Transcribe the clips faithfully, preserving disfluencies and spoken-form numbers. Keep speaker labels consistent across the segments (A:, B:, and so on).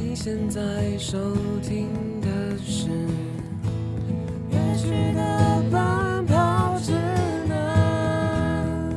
A: 你现在收听的是乐曲的奔跑指南。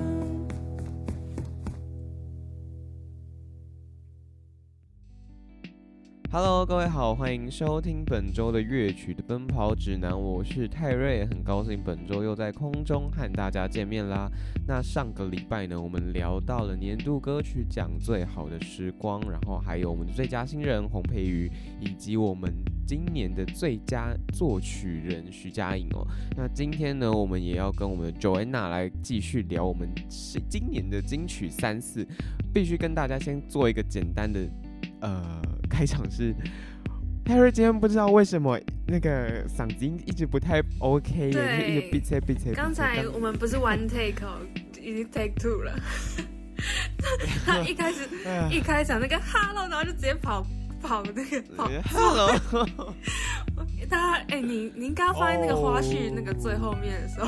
B: Hello， 各位好，欢迎收听本周的乐曲的奔跑指南，我是泰瑞，很高兴本周又在空中和大家见面啦。那上个礼拜呢，我们聊到了年度歌曲奖最好的时光，然后还有我们的最佳新人洪佩瑜，以及我们今年的最佳作曲人徐佳莹哦。那今天呢，我们也要跟我们的 Joanna 来继续聊我们今年的金曲三四，必须跟大家先做一个简单的呃。开场是泰瑞今天不知道为什么那个嗓子音一直不太 OK，
C: 对，
B: 一直闭塞闭塞。
C: 刚才我们不是 one take 哦，已经 take two 了。他一开始一开场那个 hello， 然后就直接跑跑那个跑
B: hello。
C: 他哎、欸，你你应该放在那个花絮、oh. 那个最后面的时候，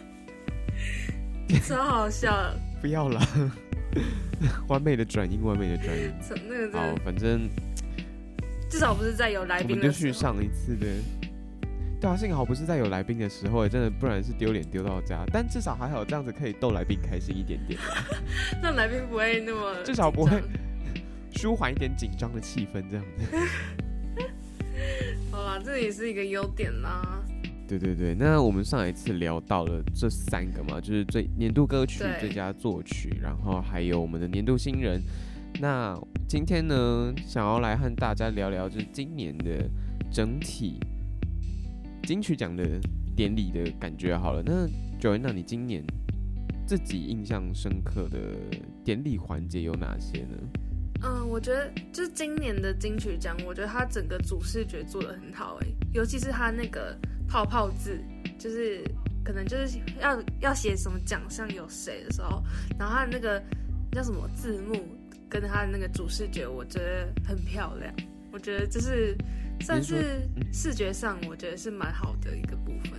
C: 超好笑的。
B: 不要啦，完美的转音，完美的转音。
C: 那个
B: 好，反正。
C: 至少不是在有来宾的时候，
B: 我们就去上一次的，对啊，幸好不是在有来宾的时候，真的不然是丢脸丢到家。但至少还好，这样子可以逗来宾开心一点点，
C: 让来宾不会那么，
B: 至少不会舒缓一点紧张的气氛，这样子。
C: 好啦，这也是一个优点啦。
B: 对对对，那我们上一次聊到了这三个嘛，就是最年度歌曲、最佳作曲，然后还有我们的年度新人。那今天呢，想要来和大家聊聊，就是今年的整体金曲奖的典礼的感觉好了。那 Joanna， 你今年自己印象深刻的典礼环节有哪些呢？
C: 嗯，我觉得就是今年的金曲奖，我觉得它整个主视觉做得很好哎、欸，尤其是它那个泡泡字，就是可能就是要要写什么奖项有谁的时候，然后它那个叫什么字幕。跟他的那个主视觉，我觉得很漂亮。我觉得就是算是视觉上，我觉得是蛮好的一个部分。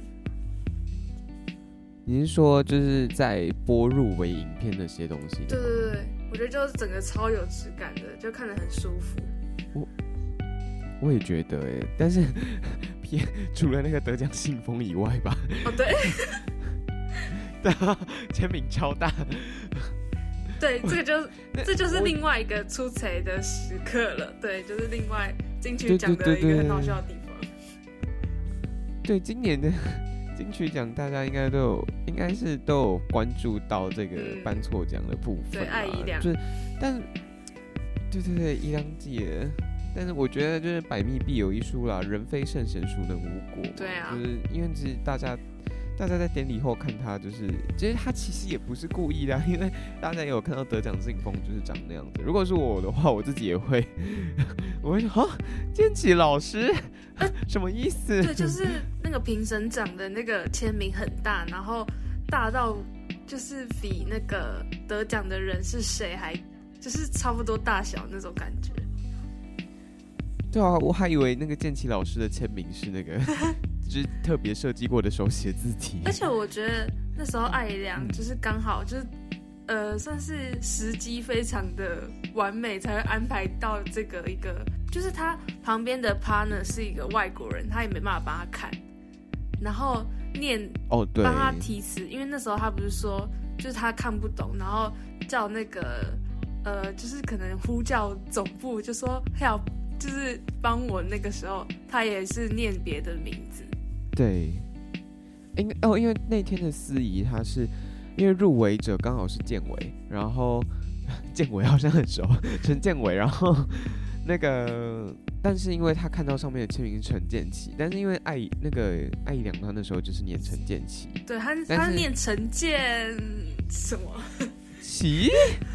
B: 你是说就是在播入围影片那些东西？
C: 对对对，我觉得就是整个超有质感的，就看得很舒服。
B: 我我也觉得哎，但是除了那个得奖信封以外吧。
C: 哦对，
B: 对啊，签名超大。
C: 对，这个就这就是另外一个出彩的时刻了。对，就是另外金曲奖的一个很好笑的地方。
B: 对，今年的金曲奖大家应该都有，应该是都有关注到这个颁错奖的部分、嗯。
C: 对，爱姨良。
B: 就是，但对对对，姨良记了。但是我觉得就是百密必有一疏啦，人非圣贤，孰能无过？
C: 对啊，
B: 就是因为其实大家。大家在典礼后看他，就是其实他其实也不是故意的、啊，因为大家也有看到得奖信封就是长那样子。如果是我的话，我自己也会，我会说啊，建奇老师、啊、什么意思？
C: 对，就是那个评审长的那个签名很大，然后大到就是比那个得奖的人是谁还就是差不多大小那种感觉。
B: 对啊，我还以为那个建奇老师的签名是那个。就是特别设计过的手写字体，
C: 而且我觉得那时候艾良就是刚好就是，呃，算是时机非常的完美，才会安排到这个一个，就是他旁边的 partner 是一个外国人，他也没办法帮他看，然后念
B: 哦对，
C: 帮他提词，因为那时候他不是说就是他看不懂，然后叫那个呃，就是可能呼叫总部就说 help， 就是帮我，那个时候他也是念别的名字。
B: 对，因哦，因为那天的司仪他是因为入围者刚好是建伟，然后建伟好像很熟，陈建伟，然后那个，但是因为他看到上面的签名是陈建奇，但是因为艾那个艾怡良他那时候就是念陈建奇，
C: 对他他念陈建什么
B: 奇，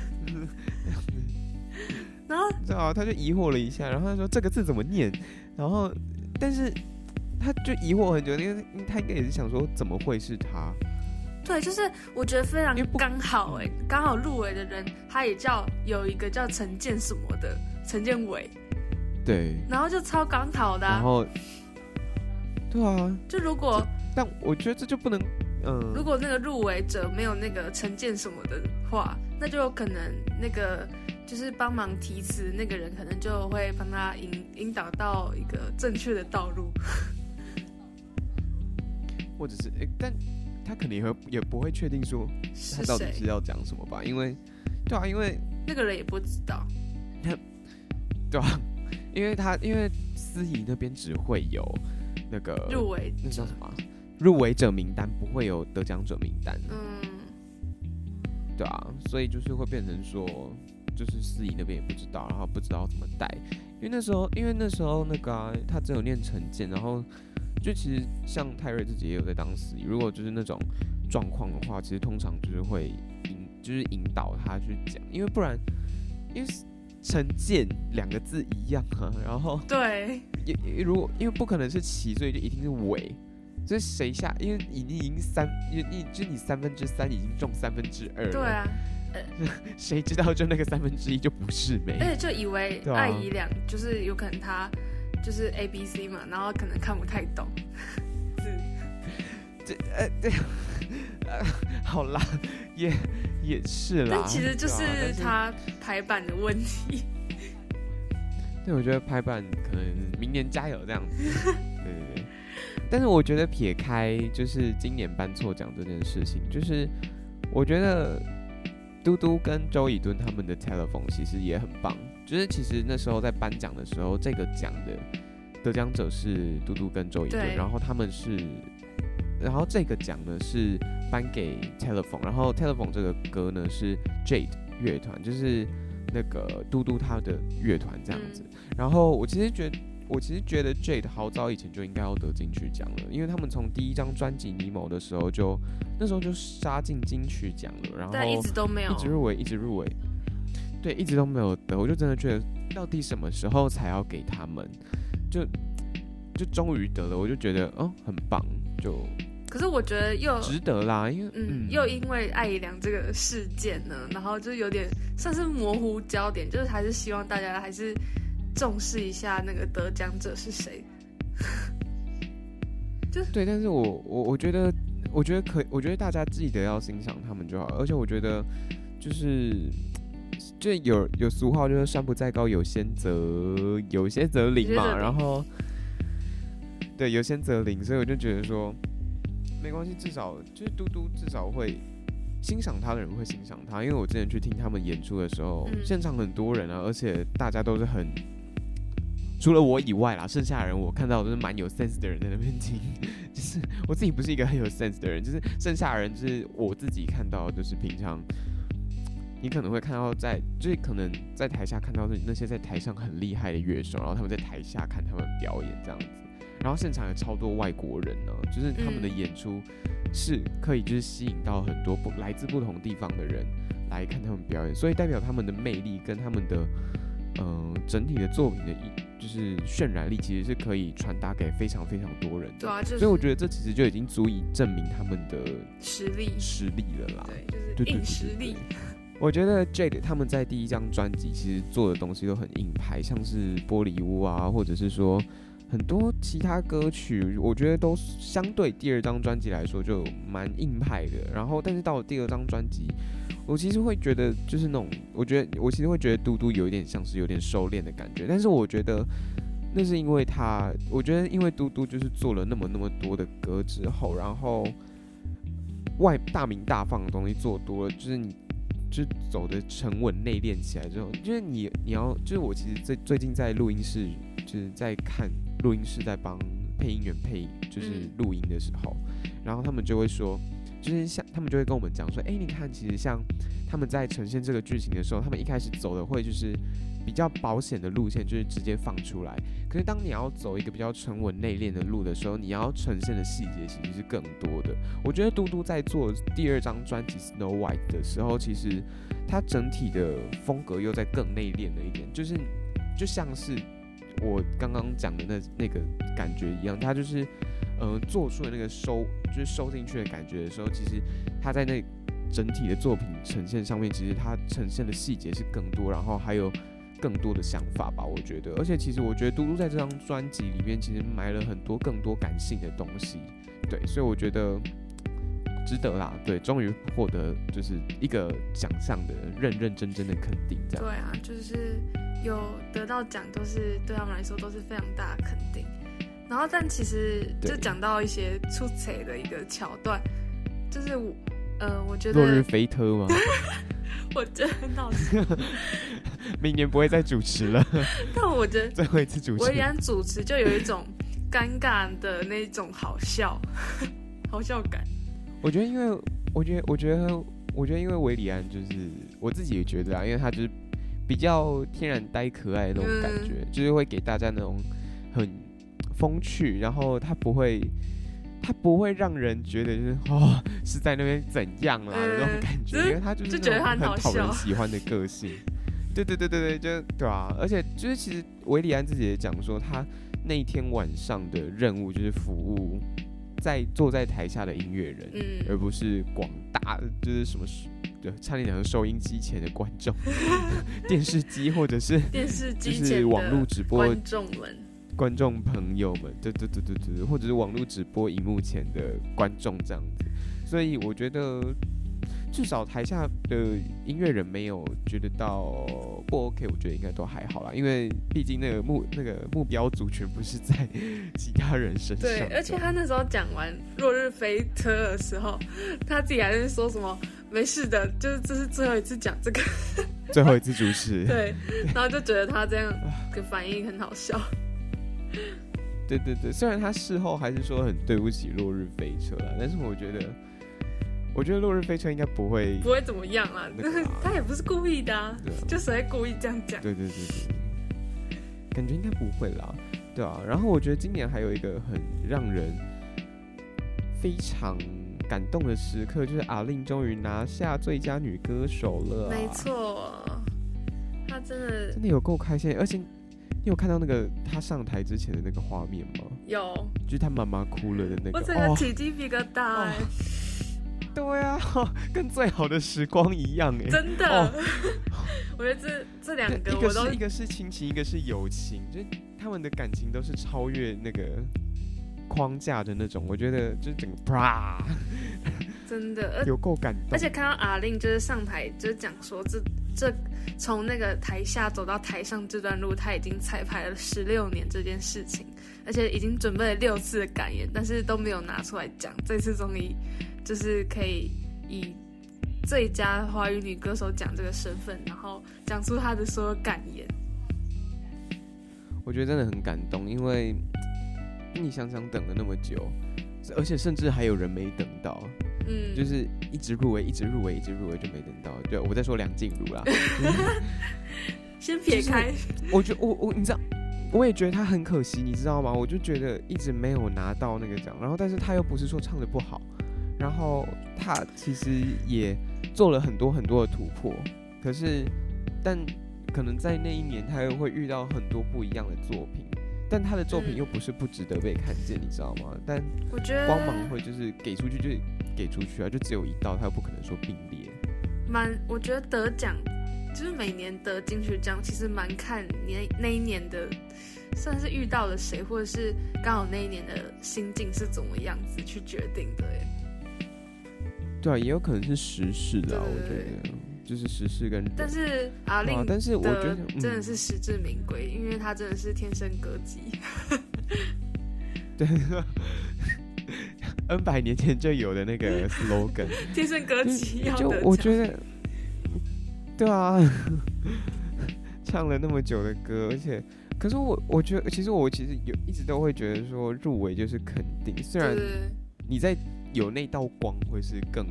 C: 然后
B: 你知道他就疑惑了一下，然后他说这个字怎么念，然后但是。他就疑惑很久，因为他应该也是想说怎么会是他？
C: 对，就是我觉得非常刚好哎、欸，刚好入围的人他也叫有一个叫陈建什么的陈建伟，
B: 对，
C: 然后就超刚好的、啊，
B: 然后对啊，
C: 就如果
B: 但我觉得这就不能嗯，
C: 如果那个入围者没有那个陈建什么的话，那就有可能那个。 就是帮忙提词那个人，可能就会帮他引引导到一个正确的道路，
B: 或者是诶，但他可能也会也不会确定说他到底是要讲什么吧，因为对啊，因为
C: 那个人也不知道，
B: 对啊，因为他因为司仪那边只会有那个
C: 入围
B: 那叫什么入围者名单，不会有得奖者名单，
C: 嗯，
B: 对啊，所以就是会变成说，就是司仪那边也不知道，然后不知道怎么带，因为那时候因为那时候那个、啊、他只有念成见，然后就其实像泰瑞自己也有在当司仪，如果就是那种状况的话，其实通常就是会引就是引导他去讲，因为不然因为成见两个字一样啊，然后
C: 对，
B: 也如果因为不可能是齐，所以就一定是尾。所以谁下？因为已经已经三，你你就你三分之三已经中三分之二了。
C: 对啊，
B: 谁知道就那个三分之一就不是没？
C: 而且就以为
B: 啊
C: 艾怡良就是有可能他就是 A B C 嘛，然后可能看不太懂字。
B: 这呃对，呃好啦，也也是啦。
C: 但其实就是
B: 对啊
C: 他排版的问题。
B: 对，我觉得排版可能明年加油这样子。对对对。但是我觉得撇开就是今年颁错奖这件事情，就是我觉得嘟嘟跟周以敦他们的 telephone 其实也很棒。就是其实那时候在颁奖的时候，这个奖的得奖者是嘟嘟跟周以敦，然后他们是，然后这个奖呢是颁给 telephone， 然后 telephone 这个歌呢是 Jade 乐团，就是那个嘟嘟他的乐团这样子。嗯、然后我其实觉得。我其实觉得 Jade 好早以前就应该要得金曲奖了，因为他们从第一张专辑《尼莫》的时候就那时候就杀进金曲奖了，然后
C: 但一直都没有，
B: 一直入围，一直入围，对，一直都没有得。我就真的觉得，到底什么时候才要给他们？就就终于得了，我就觉得哦，很棒，就。
C: 可是我觉得又
B: 值得啦，因为
C: 嗯，嗯又因为艾怡良这个事件呢，然后就有点算是模糊焦点，就是还是希望大家还是。重视一下那个得奖者是谁，
B: 就对，但是我我我觉得，我觉得可，我觉得大家记得要欣赏他们就好，而且我觉得就是就有有俗话就是山不在高，有仙则有仙则灵嘛，然后对有仙则灵，所以我就觉得说没关系，至少就是嘟嘟至少会。欣赏他的人会欣赏他，因为我之前去听他们演出的时候，嗯、现场很多人啊，而且大家都是很，除了我以外啦，剩下的人我看到都是蛮有 sense 的人在那边听，就是我自己不是一个很有 sense 的人，就是剩下的人就是我自己看到，就是平常你可能会看到在，就是可能在台下看到那些在台上很厉害的乐手，然后他们在台下看他们表演这样子，然后现场有超多外国人呢、啊，就是他们的演出。是可以就是吸引到很多不来自不同地方的人来看他们表演，所以代表他们的魅力跟他们的嗯、呃、整体的作品的就是渲染力，其实是可以传达给非常非常多人的。
C: 对啊，就是、
B: 所以我觉得这其实就已经足以证明他们的
C: 实力
B: 实力了啦。
C: 对，就是硬实力。
B: 对对对对对我觉得 Jade 他们在第一张专辑其实做的东西都很硬派，像是玻璃屋啊，或者是说。很多其他歌曲，我觉得都相对第二张专辑来说就蛮硬派的。然后，但是到了第二张专辑，我其实会觉得就是那种，我觉得我其实会觉得嘟嘟有一点像是有点收敛的感觉。但是我觉得那是因为他，我觉得因为嘟嘟就是做了那么那么多的歌之后，然后外大名大放的东西做多了，就是你就走的沉稳内敛起来之后，就是你你要就是我其实最最近在录音室就是在看。录音室在帮配音员配就是录音的时候，嗯、然后他们就会说，就是像他们就会跟我们讲说，哎、欸，你看，其实像他们在呈现这个剧情的时候，他们一开始走的会就是比较保险的路线，就是直接放出来。可是当你要走一个比较沉稳内敛的路的时候，你要呈现的细节其实是更多的。我觉得嘟嘟在做第二张专辑《Snow White》的时候，其实他整体的风格又在更内敛了一点，就是就像是。我刚刚讲的那那个感觉一样，他就是，呃，做出的那个收，就是收进去的感觉的时候，其实他在那整体的作品呈现上面，其实他呈现的细节是更多，然后还有更多的想法吧，我觉得。而且其实我觉得嘟嘟在这张专辑里面，其实埋了很多更多感性的东西，对，所以我觉得值得啦，对，终于获得就是一个奖项的认认真真的肯定，这样。
C: 对啊，就是有得到奖，都是对他们来说都是非常大的肯定。然后，但其实就讲到一些出彩的一个桥段，就是我呃，我觉得
B: 落日飞车吗？
C: 我觉得很好笑。
B: 明年不会再主持了。
C: 但我觉得
B: 最后一次主持，
C: 维里安主持就有一种尴尬的那种好笑，好笑感。
B: 我觉得，因为我觉得，我觉得，我觉得，因为维里安就是我自己也觉得啊，因为他就是比较天然呆可爱的那种感觉，嗯、就是会给大家那种很风趣，然后他不会。他不会让人觉得就是哦是在那边怎样啦、嗯、那种感觉，因为他就是那种很讨人喜欢的个性。对对对对对，就对啊！而且就是其实维里安自己也讲说，他那一天晚上的任务就是服务在坐在台下的音乐人，嗯、而不是广大就是什么就差点讲成收音机前的观众、电视机或者是
C: 电视机
B: 前的网络直播
C: 观众们。
B: 观众朋友们，对对对对对，或者是网络直播荧幕前的观众这样子，所以我觉得至少台下的音乐人没有觉得到不 OK， 我觉得应该都还好啦，因为毕竟那个目那个目标族群不是在其他人身上。
C: 对，而且他那时候讲完落日飞车的时候，他自己还是说什么没事的，就是这是最后一次讲这个，
B: 最后一次主持。
C: 对，然后就觉得他这样的反应很好笑。
B: 对对对，虽然他事后还是说很对不起落日飞车啦，但是我觉得，我觉得落日飞车应该不会
C: 不会怎么样啦，那個啊、他也不是故意的啊，啊就谁会故意这样讲？
B: 对对对对，感觉应该不会啦，对啊。然后我觉得今年还有一个很让人非常感动的时刻，就是阿令终于拿下最佳女歌手了、啊，
C: 没错，她真的
B: 真的有够开心，而且。你有看到那个他上台之前的那个画面吗？
C: 有，
B: 就是他妈妈哭了的那个。
C: 我整个起鸡皮疙瘩哎、欸
B: 哦！对啊，跟最好的时光一样哎、欸！
C: 真的，哦、我觉得这这两个我都
B: 一个是一个是亲情，一个是友情，就是他们的感情都是超越那个框架的那种。我觉得就是整个啪，
C: 真的
B: 有够感动。
C: 而且看到阿令就是上台就是讲说这这。从那个台下走到台上这段路，他已经彩排了十六年这件事情，而且已经准备了六次的感言，但是都没有拿出来讲。这次终于就是可以以最佳华语女歌手奖这个身份，然后讲出他的所有感言。
B: 我觉得真的很感动，因为你想想等了那么久，而且甚至还有人没等到。嗯，就是一直入围，一直入围，一直入围就没等到。对，我在说梁静茹啦。
C: 先撇开，
B: 就是、我觉得我我你知道，我也觉得她很可惜，你知道吗？我就觉得一直没有拿到那个奖，然后但是她又不是说唱得不好，然后她其实也做了很多很多的突破，可是但可能在那一年她又会遇到很多不一样的作品。但他的作品又不是不值得被看见，嗯、你知道吗？但
C: 我觉得
B: 光芒会就是给出去就给出去啊，就只有一道，他又不可能说并列。
C: 蛮，我觉得得奖就是每年得金曲奖，其实蛮看你那一年的，算是遇到了谁，或者是刚好那一年的心境是怎么样子去决定的。哎，
B: 对啊，也有可能是时事的、啊，我觉得。就是时事跟人，
C: 但是阿令、啊，
B: 但是我觉得
C: 真的是实至名归，嗯、因为他真的是天生歌姬。
B: 对，N 百年前就有的那个 slogan，
C: 天生歌姬要得奖。
B: 就我觉得，对啊，唱了那么久的歌，而且，可是我我觉得，其实我其实有一直都会觉得说入围就是肯定，虽然你在有那道光会是更。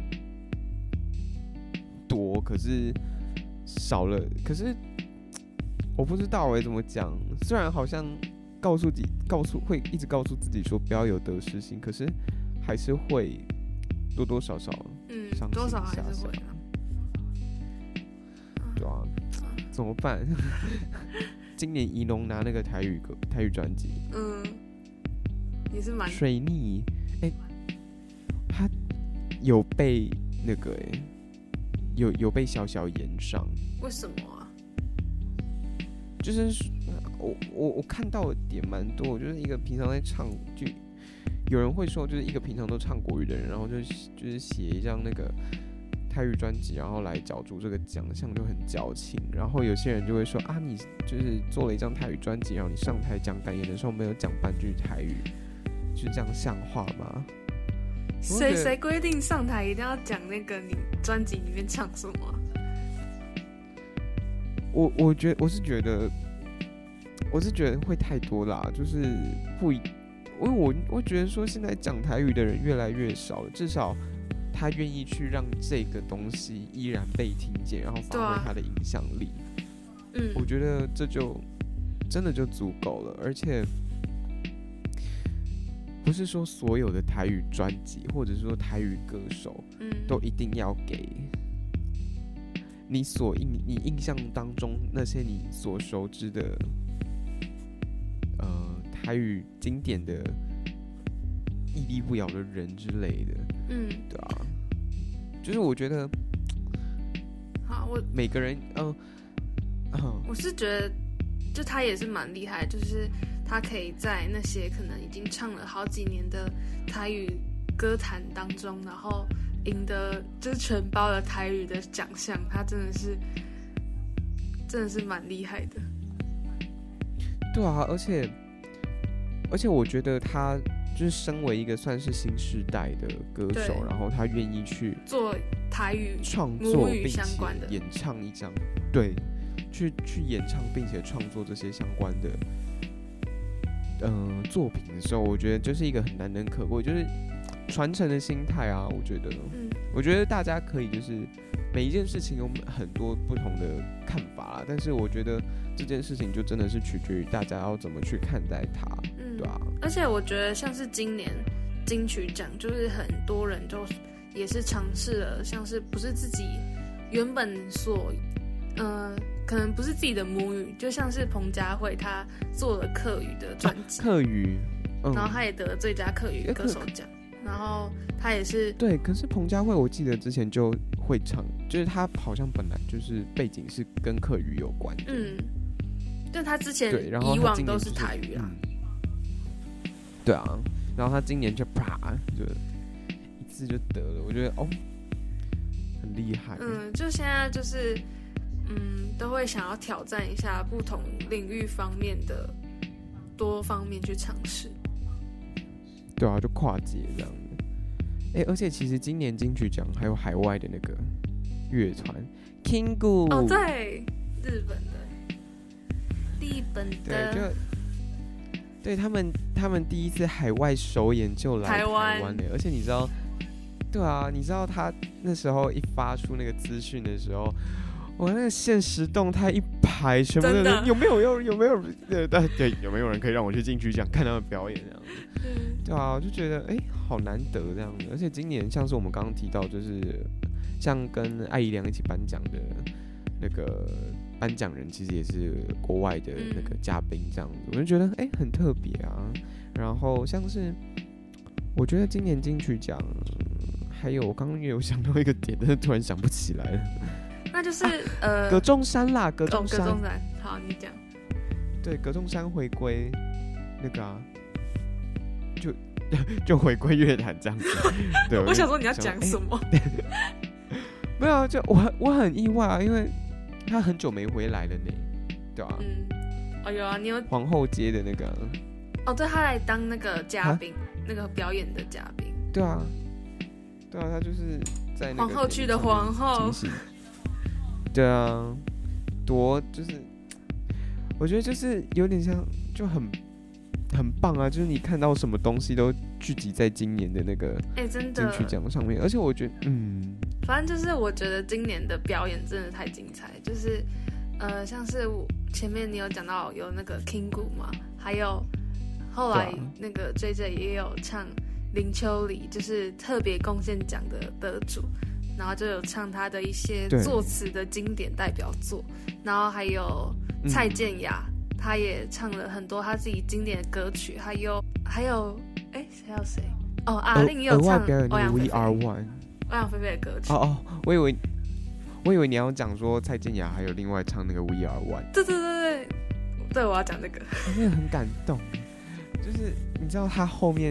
B: 多，可是少了，可是我不知道哎、欸、怎么讲。虽然好像告诉自己，告诉会一直告诉自己说不要有得失心，可是还是会多多少少，
C: 嗯，多少还是会啊。
B: 对啊，怎么办？今年宜农拿那个台语歌台语专辑，
C: 嗯，也是蛮
B: 水逆，哎、欸，他有被那个哎、欸。有有被小小炎上，
C: 为什么啊？
B: 就是我我我看到的点蛮多，我就是一个平常在唱，就有人会说，就是一个平常都唱国语的人，然后就就是写一张那个台语专辑，然后来角逐这个奖项就很矫情。然后有些人就会说啊，你就是做了一张台语专辑，然后你上台讲感言的时候没有讲半句台语，是这样像话吗？
C: 谁谁规定上台一定要讲那个你专辑里面唱什么啊？
B: 我我觉我是觉得，我是觉得会太多啦，就是不，因为我我觉得说现在讲台语的人越来越少了，至少他愿意去让这个东西依然被听见，然后发挥他的影响力。
C: 嗯，
B: 我觉得这就真的就足够了，而且不是说所有的台语专辑或者说台语歌手，
C: 嗯，
B: 都一定要给你所印你印象当中那些你所熟知的呃台语经典的屹立不摇的人之类的，
C: 嗯，
B: 对啊，就是我觉得，
C: 好，我
B: 每个人，嗯、呃，嗯，
C: 我是觉得，就他也是蛮厉害，就是他可以在那些可能已经唱了好几年的台语歌坛当中，然后赢得就是全包的台语的奖项，他真的是真的是蛮厉害的。
B: 对啊，而且而且我觉得他就是身为一个算是新世代的歌手，然后他愿意去
C: 做台语
B: 创作
C: 母语
B: 并且
C: 相关的
B: 演唱一张，对，去去演唱并且创作这些相关的呃作品的时候，我觉得就是一个很难能可贵，就是传承的心态啊。我觉得，
C: 嗯，
B: 我觉得大家可以就是每一件事情有很多不同的看法啦，但是我觉得这件事情就真的是取决于大家要怎么去看待它，
C: 嗯，
B: 对啊。
C: 而且我觉得像是今年金曲奖，就是很多人就也是尝试了，像是不是自己原本所呃可能不是自己的母语，就像是彭佳慧她做了客语的专辑，
B: 啊，客语，嗯，
C: 然后她也得了最佳客语歌手奖，然后她也是
B: 对。可是彭佳慧我记得之前就会唱，就是她好像本来就是背景是跟客语有关的，
C: 嗯，但她之前
B: 对，然后
C: 以
B: 她今年、
C: 往都
B: 就是
C: 台语啦，
B: 嗯，对啊，然后她今年就啪就一次就得了，我觉得哦很厉害，
C: 嗯，就现在就是嗯都会想要挑战一下不同领域方面的多方面去尝试。
B: 对啊，就跨界这样的。哎，而且其实今年金曲奖还有海外的那个乐团 Kingu，
C: 哦，对，日本的，日本的，
B: 对，就对他们他们第一次海外首演就来台湾了，而且你知道，对啊，你知道他那时候一发出那个资讯的时候，我那个限时动态一排，全部的人有没有有有没有呃对对有没有人可以让我去金曲奖看他们表演这样子？
C: 嗯，
B: 对啊，我就觉得哎、欸，好难得这样子。而且今年像是我们刚刚提到，就是像跟艾怡良一起颁奖的那个颁奖人，其实也是国外的那个嘉宾这样子，我就觉得哎、欸、很特别啊。然后像是我觉得今年金曲奖还有我刚刚也有想到一个点，但是突然想不起来了。
C: 那就是、啊、呃，
B: 葛仲山啦，葛仲山，
C: 哦，葛仲山，好，你讲。
B: 对，葛仲山回归那个啊，就就回归乐坛这样子。对，
C: 我想说你要讲什么？
B: 欸、没有，就我我很意外啊，因为他很久没回来了呢，对吧、啊？
C: 嗯，哦有啊，你有
B: 皇后街的那个，
C: 哦，对，他来当那个嘉宾，那个表演的嘉宾。
B: 对啊，对啊，他就是在那个
C: 皇后区的皇后。
B: 对啊，多就是，我觉得就是有点像，就很很棒啊！就是你看到什么东西都聚集在今年的那个
C: 哎，真的
B: 金曲奖上面，而且我觉得，嗯，
C: 反正就是我觉得今年的表演真的太精彩，就是呃，像是前面你有讲到有那个 Kingu 嘛，还有后来那个 J J 也有唱林秋离，就是特别贡献奖的得主。然后就有唱他的一些作词的经典代表作，然后还有蔡健雅、嗯，他也唱了很多他自己经典的歌曲，还有还有哎，还有谁？哦，阿令也有唱欧阳菲菲
B: We Are One，
C: 欧阳菲菲的歌曲。
B: 哦哦，我以为我以为你要讲说蔡健雅还有另外唱那个 We Are One。
C: 对对对对，对我要讲这个，
B: 那个很感动，就是你知道他后面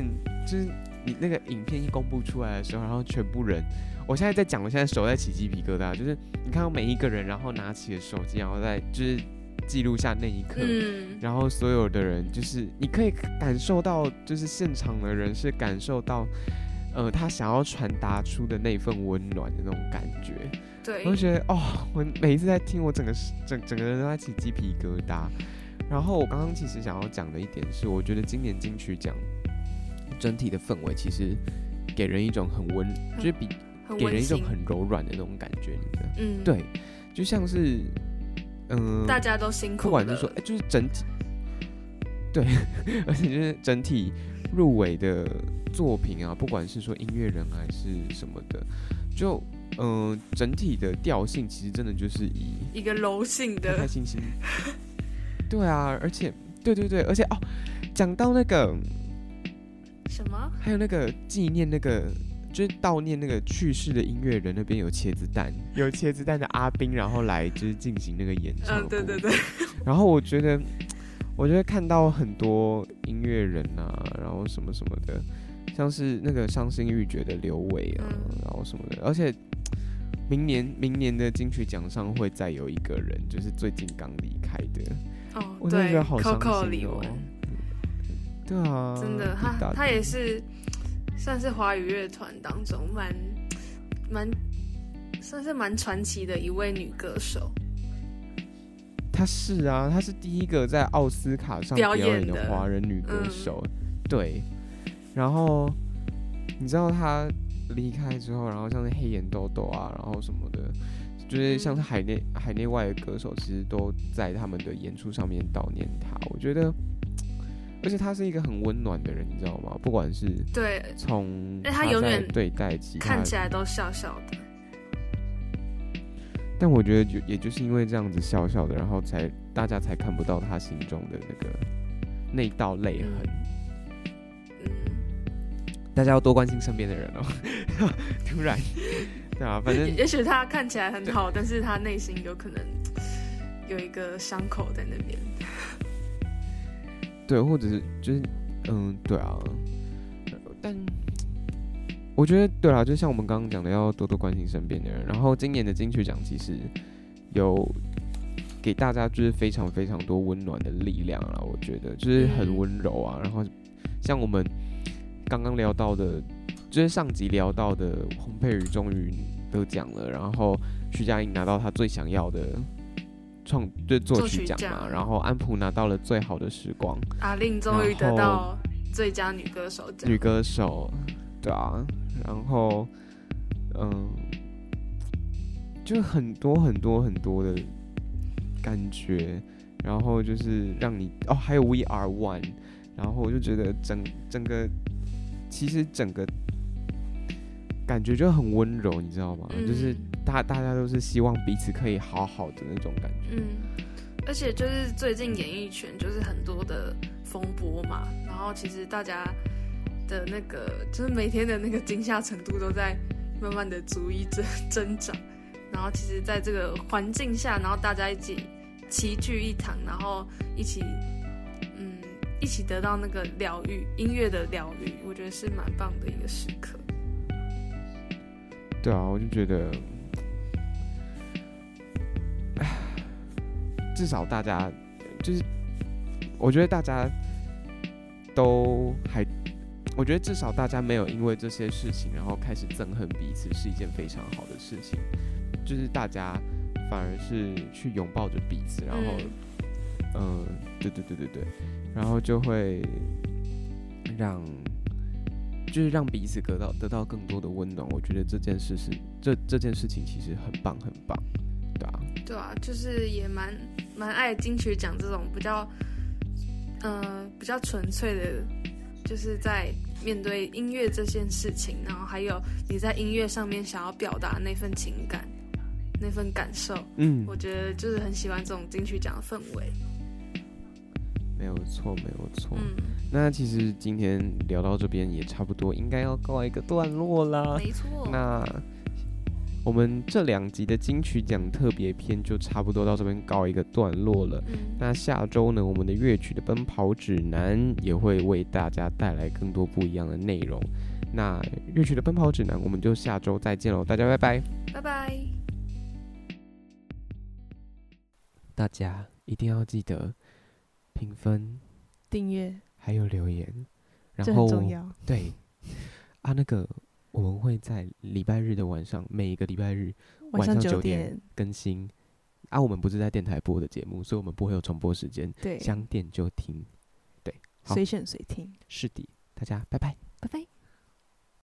B: 就是你那个影片一公布出来的时候，然后全部人，我现在在讲，我现在手在起鸡皮疙瘩，就是你看到每一个人，然后拿起了手机，然后再就是记录下那一刻，
C: 嗯，
B: 然后所有的人就是你可以感受到，就是现场的人是感受到，呃，他想要传达出的那份温暖的那种感觉。
C: 对，
B: 我就觉得哦，我每一次在听，我整个整整个人都在起鸡皮疙瘩。然后我刚刚其实想要讲的一点是，我觉得今年金曲奖整体的氛围其实给人一种很温，嗯、就是比给人一种很柔软的那种感觉，你觉得？嗯，对，就像是嗯、呃，
C: 大家都辛苦了，
B: 不管是说，哎，就是整体，对，而且就是整体入围的作品啊，不管是说音乐人还是什么的，就。嗯、呃，整体的调性其实真的就是以
C: 一个柔性的
B: 开开心心，对啊，而且对对对，而且哦，讲到那个
C: 什么，
B: 还有那个纪念那个，就是悼念那个去世的音乐人，那边有茄子蛋，有茄子蛋的阿彬，然后来就是进行那个演唱，
C: 嗯，对对对，
B: 然后我觉得，我觉得看到很多音乐人啊，然后什么什么的，像是那个伤心欲绝的刘伟啊，嗯、然后什么的，而且。明年明年的金曲奖上会再有一个人，就是最近刚离开的。
C: 哦，
B: 我真的觉得好伤心哦。
C: Coco 李玟，
B: 对啊，
C: 真的，他他也是算是华语乐团当中蛮蛮算是蛮传奇的一位女歌手。
B: 她是啊，她是第一个在奥斯卡上表演的华人女歌手。嗯、对，然后你知道她。离开之后，然后像是黑眼豆豆啊，然后什么的，就是像是海内、嗯、海内外的歌手，其实都在他们的演出上面悼念他。我觉得，而且他是一个很温暖的人，你知道吗？不管是
C: 对
B: 从
C: 他永远
B: 对待其他
C: 看起来都笑笑的，
B: 但我觉得就也就是因为这样子笑笑的，然后才大家才看不到他心中的那个那道泪痕。嗯大家要多关心身边的人哦。突然，对啊，反正
C: 也许他看起来很好，但是他内心有可能有一个伤口在那边。
B: 对，或者是就是嗯，对啊。但我觉得对啦，就像我们刚刚讲的，要多多关心身边的人。然后今年的金曲奖其实有给大家就是非常非常多温暖的力量啦，我觉得就是很温柔啊。然后像我们。刚刚聊到的，就是上集聊到的，洪佩瑜终于得奖了，然后徐佳莹拿到她最想要的创对作曲奖嘛，然后安普拿到了最好的时光，
C: 阿令终于得到最佳女歌手奖，
B: 女歌手，对啊，然后嗯，就很多很多很多的感觉，然后就是让你哦，还有 We Are One， 然后我就觉得整整个。其实整个感觉就很温柔，你知道吗？嗯、就是大大家都是希望彼此可以好好的那种感觉。
C: 嗯，而且就是最近演艺圈就是很多的风波嘛，然后其实大家的那个就是每天的那个惊吓程度都在慢慢的逐一增增长。然后其实在这个环境下，然后大家一起齐聚一堂，然后一起。一起得到那个疗愈，音乐的疗愈，我觉得是蛮棒的一个时刻。
B: 对啊，我就觉得，至少大家就是，我觉得大家都还，我觉得至少大家没有因为这些事情然后开始憎恨彼此，是一件非常好的事情。就是大家反而是去拥抱着彼此，然后，嗯、呃，对对对对对。然后就会让，就是让彼此得到得到更多的温暖。我觉得这件事是这这件事情其实很棒很棒，对啊，
C: 对啊，就是也蛮蛮爱金曲奖这种比较，呃，比较纯粹的，就是在面对音乐这件事情，然后还有你在音乐上面想要表达那份情感、那份感受。嗯，我觉得就是很喜欢这种金曲奖的氛围。
B: 没有错，没有错。嗯，那其实今天聊到这边也差不多，应该要告一个段落啦。
C: 没错。
B: 那我们这两集的金曲奖特别篇就差不多到这边告一个段落了。
C: 嗯，
B: 那下周呢，我们的乐曲的奔跑指南也会为大家带来更多不一样的内容。那乐曲的奔跑指南，我们就下周再见喽，大家拜拜，
C: 拜拜。
B: 大家一定要记得评分、
A: 订阅，
B: 还有留言，然
A: 这
B: 后
A: 很重要。
B: 对啊，那个我们会在礼拜日的晚上，每一个礼拜日
A: 晚上九
B: 九
A: 点
B: 更新。啊，我们不是在电台播的节目，所以我们不会有重播时间，
A: 对，
B: 想点就听。对，好
A: 随选随听。
B: 是的，大家拜拜。
A: 拜拜。